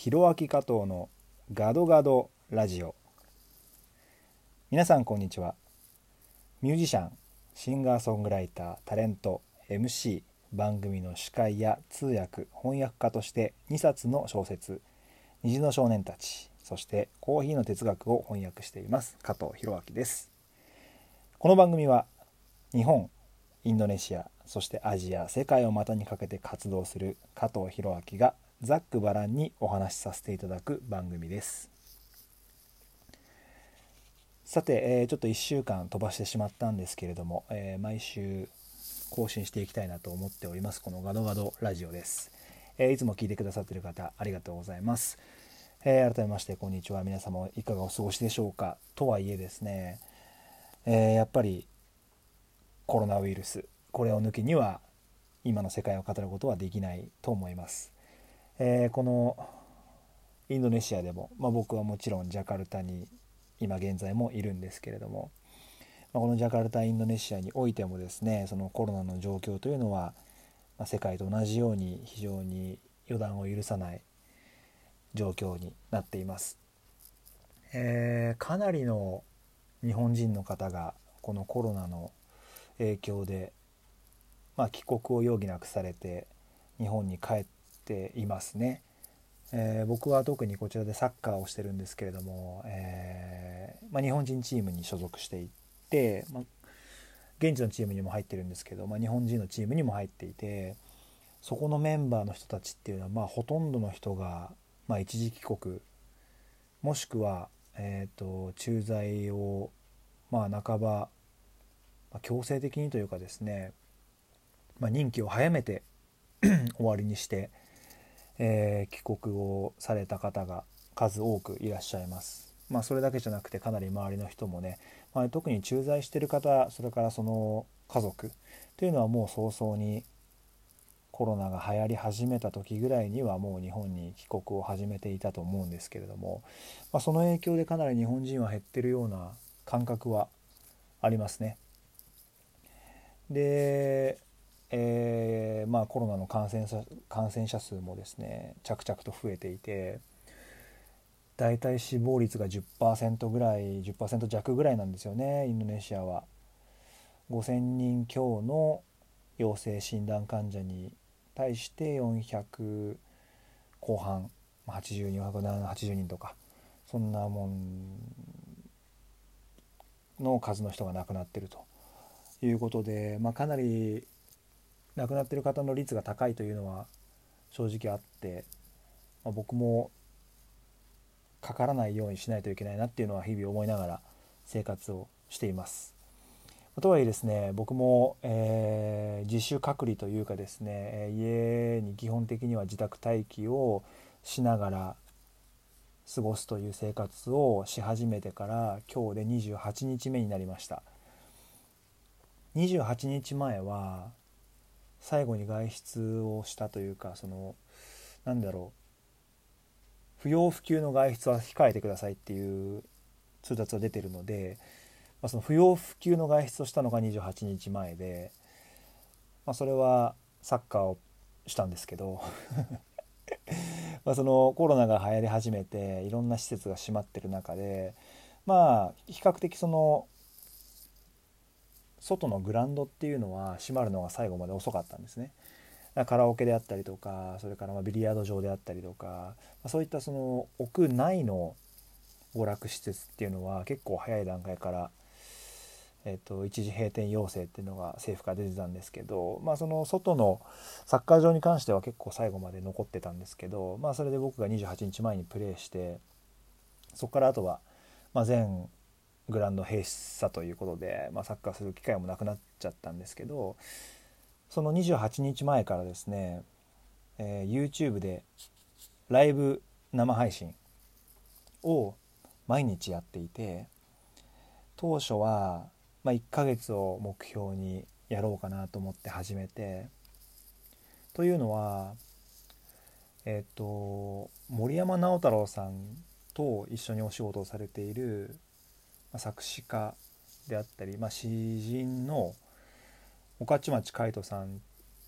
ひろあき加藤のガドガドラジオ。皆さんこんにちは。ミュージシャン、シンガーソングライター、タレント、MC、番組の司会や通訳、翻訳家として2冊の小説、虹の少年たち、そしてコーヒーの哲学を翻訳しています加藤弘明です。この番組は日本、インドネシア、そしてアジア、世界を股にかけて活動する加藤弘明がざっくばらんにお話しさせていただく番組です。さて、ちょっと1週間飛ばしてしまったんですけれども、毎週更新していきたいなと思っております。このガドガドラジオです。いつも聞いてくださっている方ありがとうございます。改めましてこんにちは。皆様いかがお過ごしでしょうか。とはいえですね、やっぱりコロナウイルス、これを抜きには今の世界を語ることはできないと思います。このインドネシアでも、僕はもちろんジャカルタに今現在もいるんですけれども、このジャカルタインドネシアにおいてもですね、そのコロナの状況というのは、世界と同じように非常に予断を許さない状況になっています。かなりの日本人の方がこのコロナの影響で、帰国を余儀なくされて日本に帰っていますね。僕は特にこちらでサッカーをしてるんですけれども、日本人チームに所属していて、現地のチームにも入ってるんですけど、日本人のチームにも入っていて、そこのメンバーの人たちっていうのは、ほとんどの人が、一時帰国もしくは、駐在を、半ば、強制的にというかですね、任期を早めて終わりにして、帰国をされた方が数多くいらっしゃいます。それだけじゃなくてかなり周りの人もね、特に駐在している方、それからその家族というのはもう早々にコロナが流行り始めた時ぐらいにはもう日本に帰国を始めていたと思うんですけれども、その影響でかなり日本人は減ってるような感覚はありますね。で、コロナの感染者数もですね着々と増えていて、だいたい死亡率が10%ぐらい、10%弱ぐらいなんですよね。インドネシアは5000人強の陽性診断患者に対して400後半、80人、480人とか、そんなもんの数の人が亡くなっているということで、かなり亡くなっている方の率が高いというのは正直あって、僕もかからないようにしないといけないなっていうのは日々思いながら生活をしています。とはいえですね、僕も、自主隔離というかですね、家に基本的には自宅待機をしながら過ごすという生活をし始めてから今日で28日目になりました。28日前は最後に外出をしたというか、不要不急の外出は控えてくださいっていう通達が出ているので、その不要不急の外出をしたのが28日前で、それはサッカーをしたんですけどそのコロナが流行り始めていろんな施設が閉まってる中で、比較的その外のグラウンドっていうのは閉まるのが最後まで遅かったんですね。カラオケであったりとか、それからビリヤード場であったりとか、そういったその屋内の娯楽施設っていうのは結構早い段階から、一時閉店要請っていうのが政府から出てたんですけど、その外のサッカー場に関しては結構最後まで残ってたんですけど、それで僕が28日前にプレーして、そこからあとは、全グラウンド閉鎖ということで、サッカーする機会もなくなっちゃったんですけど、その28日前からですね、YouTube でライブ生配信を毎日やっていて、当初は、1ヶ月を目標にやろうかなと思って始めて、というのは、森山直太朗さんと一緒にお仕事をされている、作詞家であったり、詩人の御徒町海人さん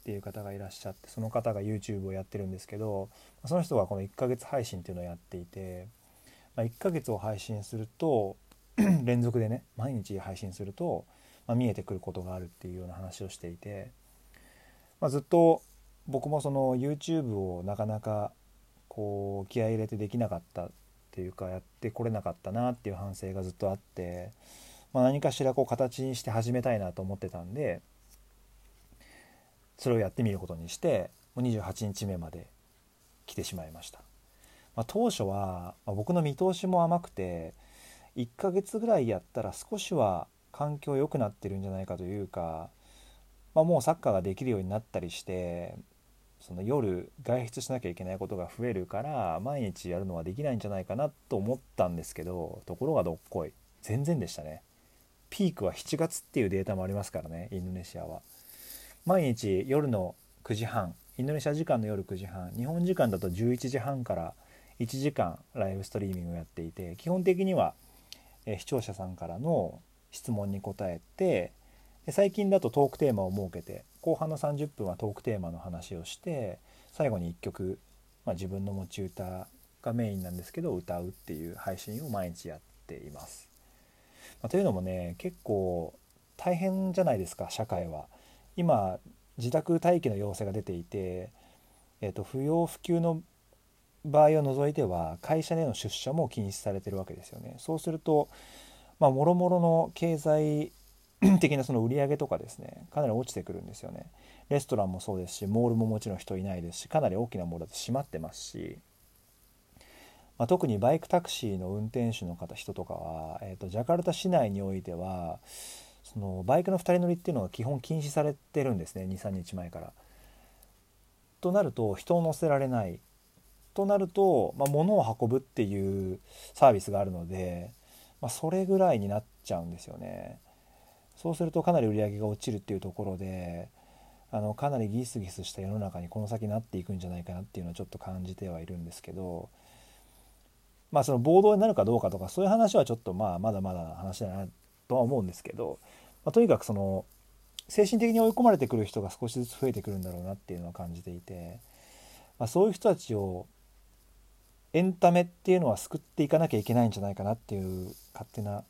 っていう方がいらっしゃって、その方が YouTube をやってるんですけど、その人がこの1ヶ月配信っていうのをやっていて、1ヶ月を配信すると連続でね毎日配信すると、見えてくることがあるっていうような話をしていて、ずっと僕もその YouTube をなかなかこう気合い入れてできなかったっていうか、やってこれなかったなっていう反省がずっとあって、何かしらこう形にして始めたいなと思ってたんで、それをやってみることにして、もう28日目まで来てしまいました。当初は、僕の見通しも甘くて、1ヶ月ぐらいやったら少しは環境良くなってるんじゃないかというか、もうサッカーができるようになったりして、その夜外出しなきゃいけないことが増えるから毎日やるのはできないんじゃないかなと思ったんですけど、ところがどっこい全然でしたね。ピークは7月っていうデータもありますからね、インドネシアは。毎日夜の9時半、インドネシア時間の夜9時半、日本時間だと11時半から1時間ライブストリーミングをやっていて、基本的には視聴者さんからの質問に答えて、最近だとトークテーマを設けて、後半の30分はトークテーマの話をして、最後に1曲、自分の持ち歌がメインなんですけど歌うっていう配信を毎日やっています。というのもね、結構大変じゃないですか、社会は。今自宅待機の要請が出ていて、不要不急の場合を除いては会社での出社も禁止されてるわけですよね。そうすると、もろもろの経済的なその売り上げとかですね、かなり落ちてくるんですよね。レストランもそうですし、モールももちろん人いないですし、かなり大きなモールだと閉まってますし、特にバイクタクシーの運転手の人とかは、ジャカルタ市内においてはそのバイクの2人乗りっていうのが基本禁止されてるんですね、2、3日前から。となると人を乗せられないとなると、物を運ぶっていうサービスがあるので、それぐらいになっちゃうんですよね。そうするとかなり売り上げが落ちるっていうところで、かなりギスギスした世の中にこの先なっていくんじゃないかなっていうのはちょっと感じてはいるんですけど、その暴動になるかどうかとかそういう話はちょっとまだまだな話だなとは思うんですけど、とにかくその精神的に追い込まれてくる人が少しずつ増えてくるんだろうなっていうのは感じていて、そういう人たちをエンタメっていうのは救っていかなきゃいけないんじゃないかなっていう勝手な、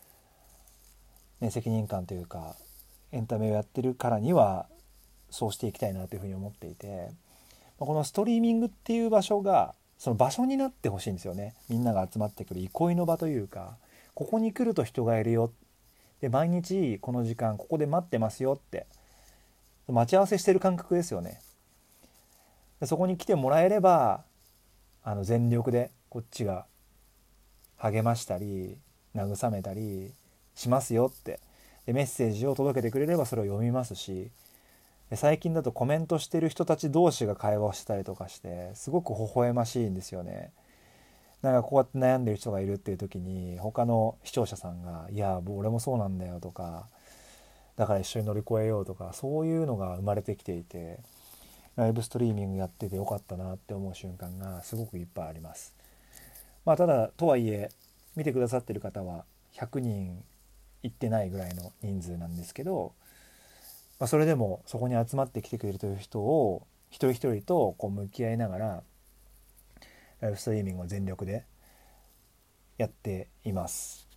責任感というか、エンタメをやってるからにはそうしていきたいなというふうに思っていて、このストリーミングっていう場所がその場所になってほしいんですよね。みんなが集まってくる憩いの場というか、ここに来ると人がいるよ、で毎日この時間ここで待ってますよって待ち合わせしてる感覚ですよね。でそこに来てもらえれば全力でこっちが励ましたり慰めたりしますよって、でメッセージを届けてくれればそれを読みますし、で最近だとコメントしてる人たち同士が会話をしてたりとかしてすごく微笑ましいんですよね。なんかこうやって悩んでる人がいるっていう時に他の視聴者さんが「いや俺もそうなんだよ」とか「だから一緒に乗り越えよう」とか、そういうのが生まれてきていて、ライブストリーミングやっててよかったなって思う瞬間がすごくいっぱいあります。ただとはいえ見てくださってる方は100人いってないぐらいの人数なんですけど、それでもそこに集まってきてくれるという人を一人一人とこう向き合いながらライブストリーミングを全力でやっています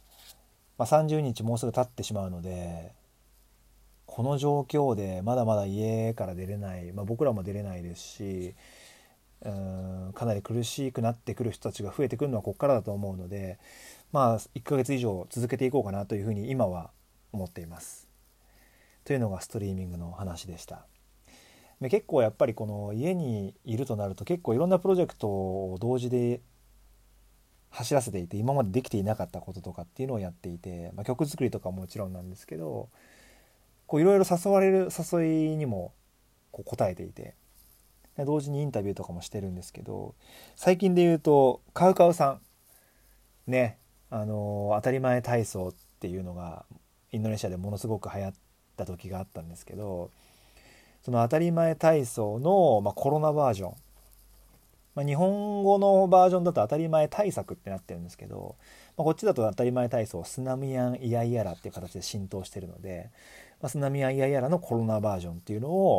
。30日もうすぐ経ってしまうので、この状況でまだまだ家から出れない、僕らも出れないですし、かなり苦しくなってくる人たちが増えてくるのはここからだと思うので、1ヶ月以上続けていこうかなというふうに今は思っています。というのがストリーミングの話でした。で結構やっぱりこの家にいるとなると結構いろんなプロジェクトを同時で走らせていて、今までできていなかったこととかっていうのをやっていて、曲作りとかももちろんなんですけど、こういろいろ誘われる誘いにもこう答えていて、同時にインタビューとかもしてるんですけど、最近で言うとカウカウさんね、当たり前体操っていうのがインドネシアでものすごく流行った時があったんですけど、その当たり前体操の、コロナバージョン、日本語のバージョンだと当たり前対策ってなってるんですけど、こっちだと当たり前体操スナミヤンイヤイヤラっていう形で浸透してるので、スナミヤンイヤイヤラのコロナバージョンっていうのを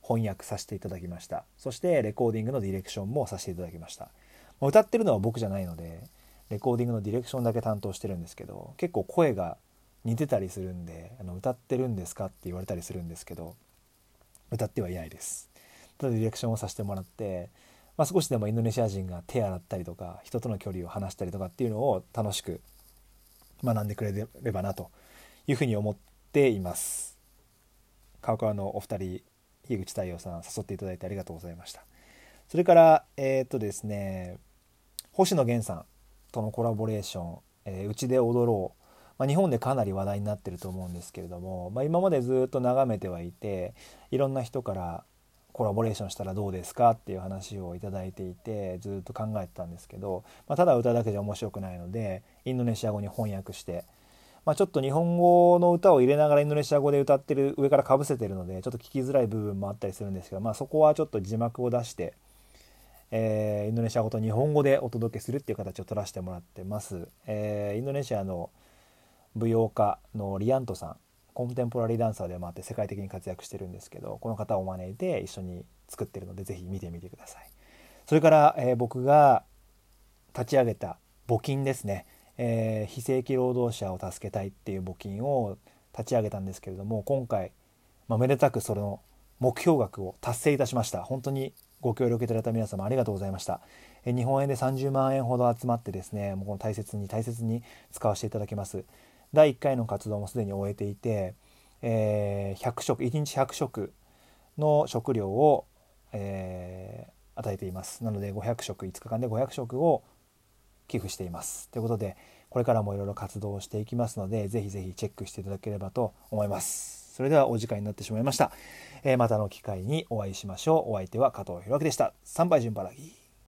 翻訳させていただきました。そしてレコーディングのディレクションもさせていただきました。歌ってるのは僕じゃないのでレコーディングのディレクションだけ担当してるんですけど、結構声が似てたりするんで歌ってるんですかって言われたりするんですけど、歌ってはいないです。ただディレクションをさせてもらって、少しでもインドネシア人が手洗ったりとか人との距離を離したりとかっていうのを楽しく学んでくれればなというふうに思っています。カウカウのお二人、樋口太陽さん誘っていただいてありがとうございました。それからですね、星野源さんとのコラボレーション、うちで踊ろう、日本でかなり話題になってると思うんですけれども、今までずっと眺めてはいて、いろんな人からコラボレーションしたらどうですかっていう話をいただいていて、ずっと考えてたんですけど、ただ歌だけじゃ面白くないのでインドネシア語に翻訳して、ちょっと日本語の歌を入れながらインドネシア語で歌ってる、上からかぶせてるのでちょっと聞きづらい部分もあったりするんですけど、そこはちょっと字幕を出して、インドネシア語と日本語でお届けするっていう形を取らせてもらってます。インドネシアの舞踊家のリアントさん、コンテンポラリーダンサーでもあって世界的に活躍してるんですけど、この方を招いて一緒に作ってるのでぜひ見てみてください。それから、僕が立ち上げた募金ですね、非正規労働者を助けたいっていう募金を立ち上げたんですけれども、今回、めでたくその目標額を達成いたしました。本当にご協力いただいた皆様ありがとうございました。日本円で30万円ほど集まってですね、もう大切に使わせていただきます。第1回の活動もすでに終えていて、100食1日100食の食料を、与えています。なので500食、5日間で500食を寄付していますということで、これからもいろいろ活動をしていきますので、ぜひぜひチェックしていただければと思います。それではお時間になってしまいました。またの機会にお会いしましょう。お相手は加藤弘明でした。参拝順払い。